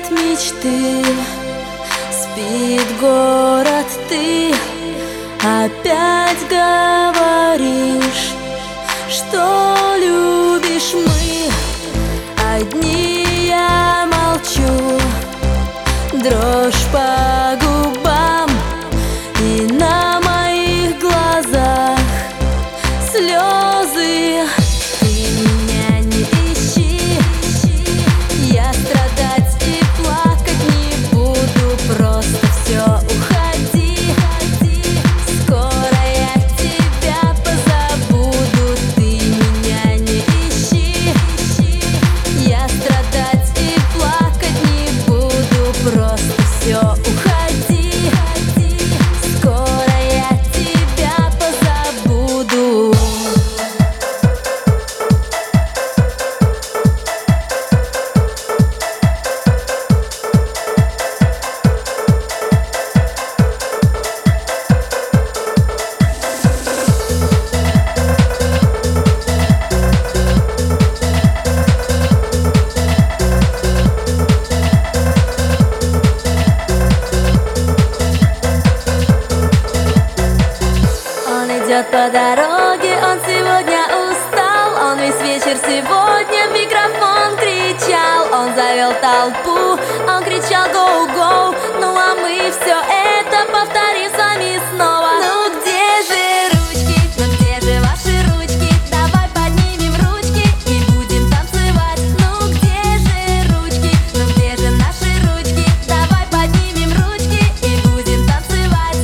нет мечты, спит город, ты опять говоришь, что любишь. Мы одни, я молчу, дрожь по губам, и на моих глазах слезы. Ты меня не ищи, я страдать и плакать не буду, просто все уходи. Скоро я тебя позабуду. Ты меня не ищи, я страдать и плакать не буду, просто все уходи. Скоро я тебя позабуду. Идет по дороге, он сегодня устал, он весь вечер сегодня в микрофон кричал. Он завел толпу, он кричал «Гоу-гоу», ну а мы все это повторим с вами снова. Ну где же ручки, ну где же ваши ручки? Давай поднимем ручки и будем танцевать. Ну где же ручки, ну где же наши ручки? Давай поднимем ручки и будем танцевать.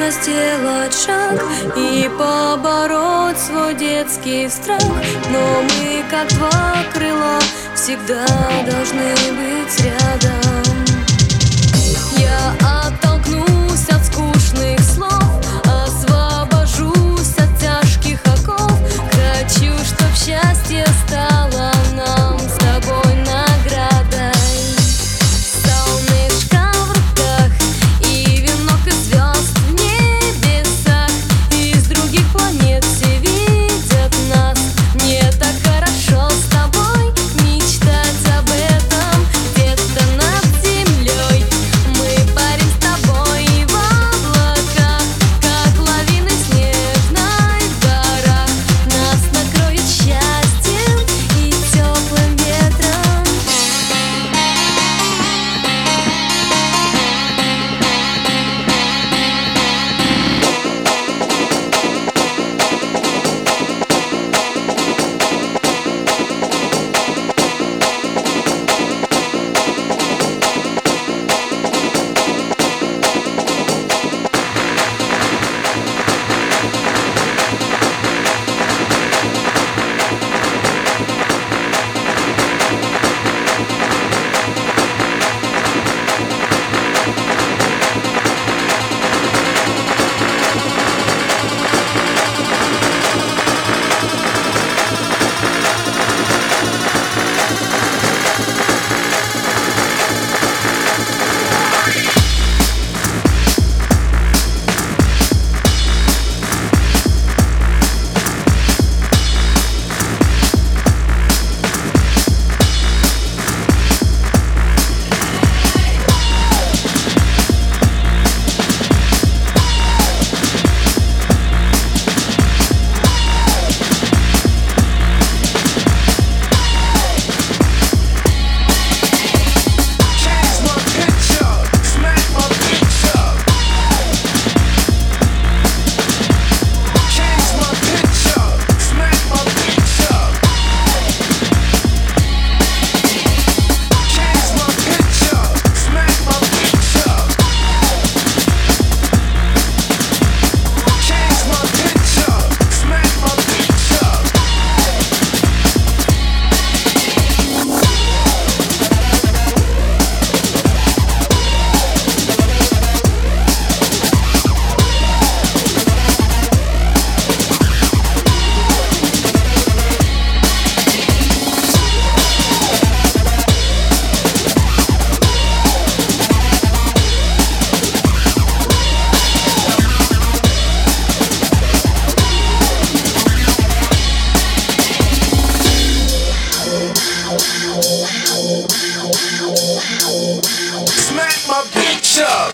сделать шаг и побороть свой детский страх. Но мы, как два крыла, всегда должны быть рядом. Я оттолкнусь от скучных слов, освобожусь от тяжких оков. Хочу, чтоб счастье стало нам с тобой наградой. Солнышко в руках и венок из звезд в небесах. Из других планет все видят нас. Мне так хорошо с тобой мечтать об этом. Где-то над землей мы парим с тобой в облаках, как лавины снежной в горах. Нас накроет счастьем и теплым ветром. Smack my bitch up.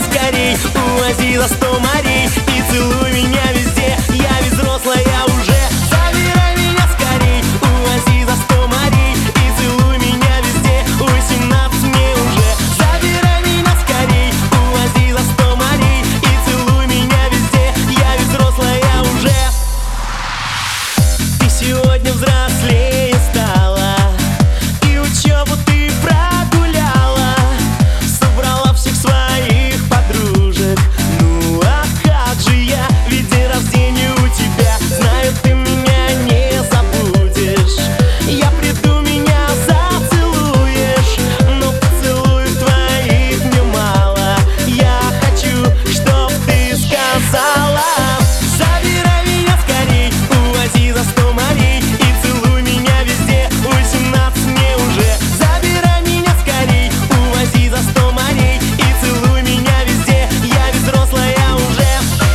скорей, увози за 100 морей и целуй меня везде. Я ведь взрослая уже. Забирай меня скорей, увози за 100 морей и целуй меня везде. 18 мне уже. Забирай меня скорей, увози за 100 морей и целуй меня везде. Я ведь взрослая уже. Ты сегодня взрослее стала, и учебу ты прогуляла, собрала всех своих подружек. Ну а как же я, ведь день рождения у тебя. Знаю, ты меня не забудешь. Я приду, меня зацелуешь, но поцелуев твоих мне мало. Я хочу, чтоб ты сказала: забирай меня скорей, увози за 100 морей и целуй меня везде. 18 мне уже. Забирай меня скорей, увози за 100 морей и целуй меня везде. Я ведь взрослая уже.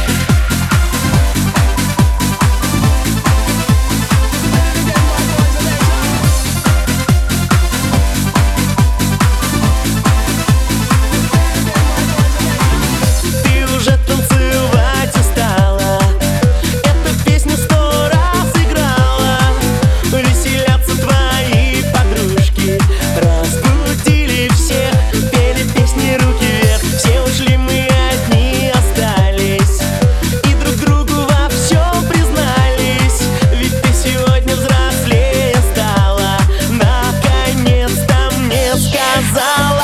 Ты уже танцевать устала, эту песню 100 раз играла. Веселятся твои подружки, разбудили всех, пели песни руки вверх. Все ушли, мы одни остались и друг другу во всем признались. Ведь ты сегодня взрослее стала, наконец-то мне сказала: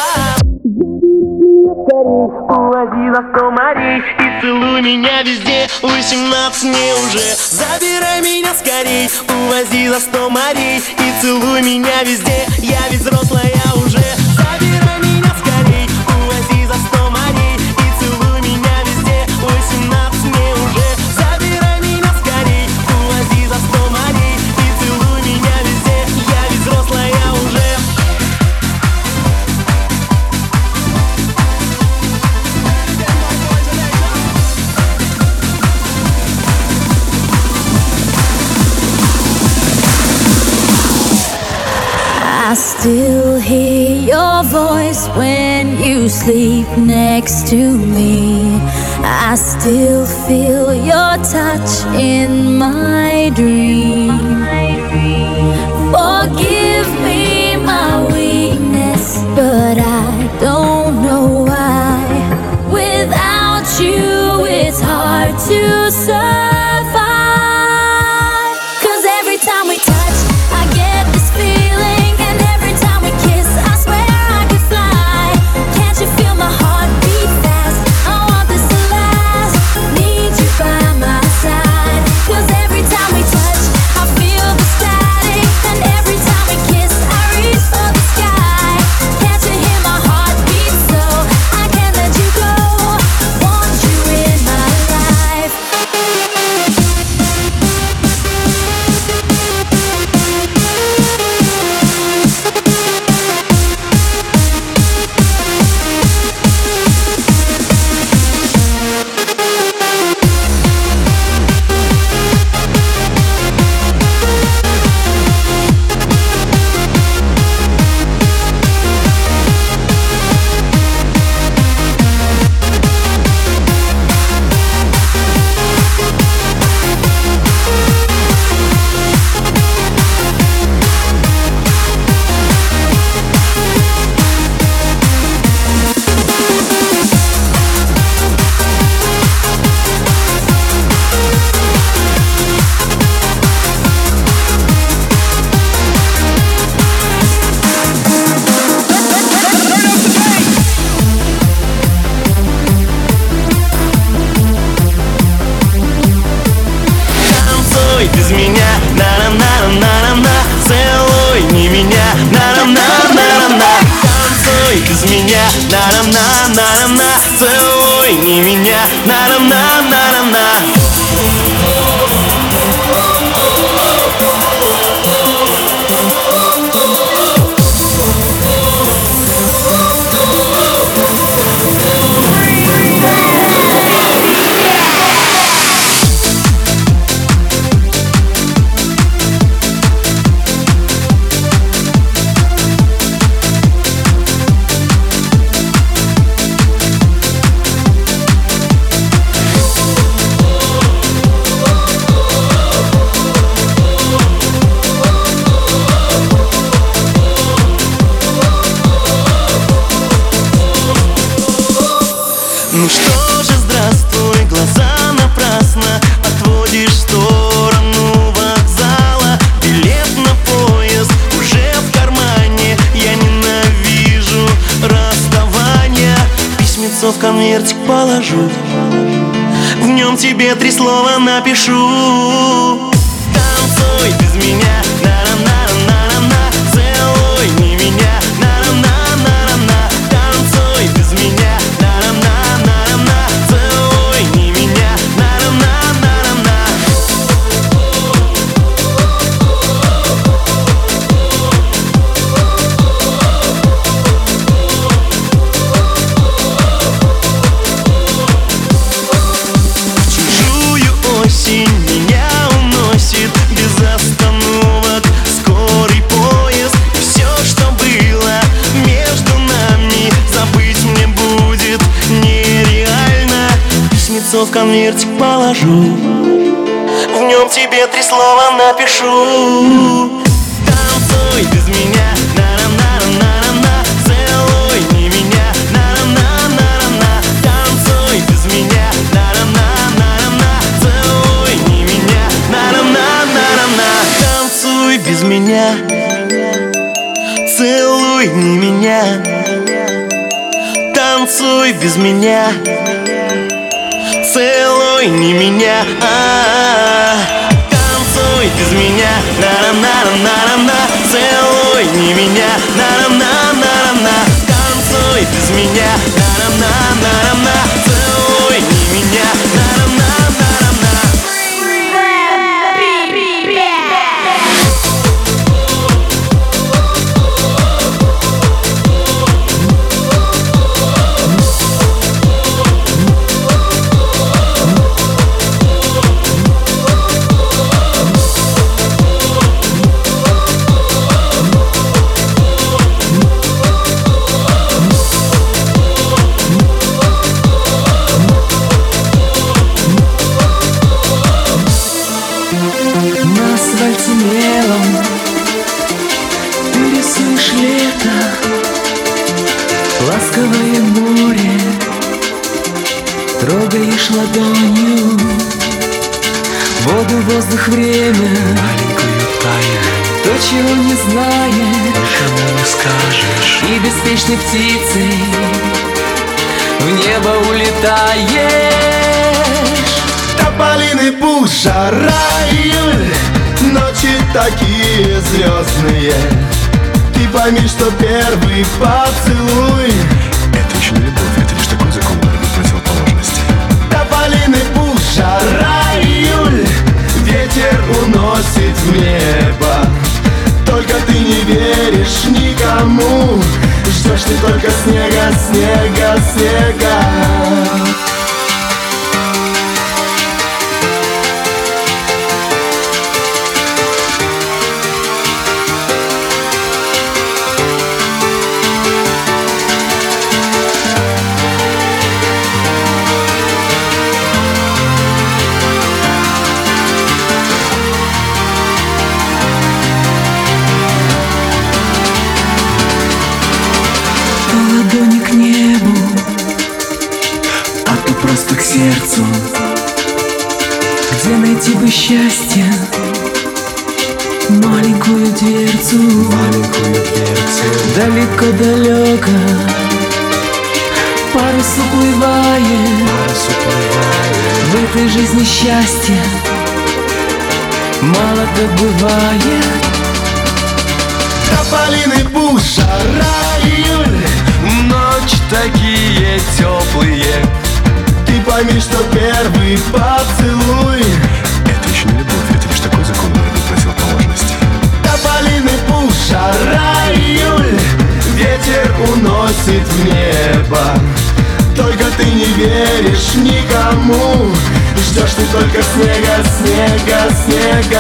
увози за 100 морей и целуй меня везде. 18 мне уже. Забирай меня скорей, увози за 100 морей и целуй меня везде. Я ведь взрослая уже. Забирай меня скорей, увози за 100 морей и целуй меня везде. 18 мне уже. Забирай меня скорей, увози за 100 морей и целуй меня везде. Я ведь взрослая уже. I still hear your voice when you sleep next to me. I still feel your touch in my dream. Forgive me my weakness, but I don't know why. Without you, it's hard to survive. 'Cause every time we touch, I get this feeling, and every time we kiss, I swear I could fly. Can't you feel my heart beat fast? I want this to last. Need you by my side. 'Cause every time we touch, I feel the static, and every time we kiss, I reach for the sky. Can't you hear my heart beat? So I can't let you go. Want you in my life. Танцуй без меня, на-на-на-на-на-на. Целуй не меня, на-на-на-на-на. Танцуй без меня, на-на-на-на-на. Целуй не меня, на-на-на-на-на. Ну что же, здравствуй, глаза напрасно отводишь в сторону вокзала. Билет на поезд уже в кармане, я ненавижу расставания. Письмецо в конвертик положу, в нем тебе 3 слова напишу. Танцуй без меня, на-на-на-на-на-на. Целуй не меня, на-на-на-на-на. Танцуй без меня, на-на-на-на-на. Целуй не меня, на-на-на-на-на. В чужую осень меня уносит без остановок скорый поезд. И все, что было между нами, забыть мне будет нереально. Письмецо в конвертик положу, в нем тебе 3 слова напишу. Танцуй без меня, на-на-на-на-на-на. Целуй не меня, на-на-на-на-на. Танцуй без меня, на-на-на-на-на. Целуй не меня, на-на-на-на-на. Танцуй без меня, целуй не меня. Танцуй без меня, целуй не меня. Танцуй без меня, на-на-на-на-на-на. Целуй не меня, на-на-на-на-на. Танцуй без меня, на-на-на-на-на. Целуй не меня, на-на-на-на-на. На асфальте мелом ты рисуешь лето, ласковое море трогаешь ладонью, воду, воздух, время, маленькую тайну, то, чего не знаешь, никому не скажешь, и беспечной птицей в небо улетаешь. Тополиный пух, жара, июль, ночи такие звездные. Ты пойми, что первый поцелуй — Это еще не любовь, это лишь такой закон борьбы противоположностей. тополиный пух, жара, июль, ветер уносит в небо. Только ты не веришь никому, ждешь ты только снега, снега, снега. То ладони к небу, а то просто к сердцу. Где найти бы счастье, маленькую дверцу, далеко-далеко парус уплывает, в этой жизни счастья мало так бывает. Тополиный пух, жара, июль, Ночи такие теплые. ты пойми, что первый поцелуй — Это еще не любовь, это лишь такой закон борьбы противоположностей. тополиный пух, жара, июль, ветер уносит в небо. Только ты не веришь никому, ждешь ты только снега, снега, снега.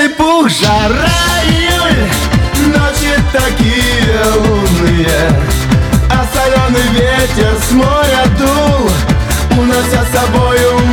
пух, жара, июль, ночи такие лунные, а соленый ветер с моря дул, унося с собою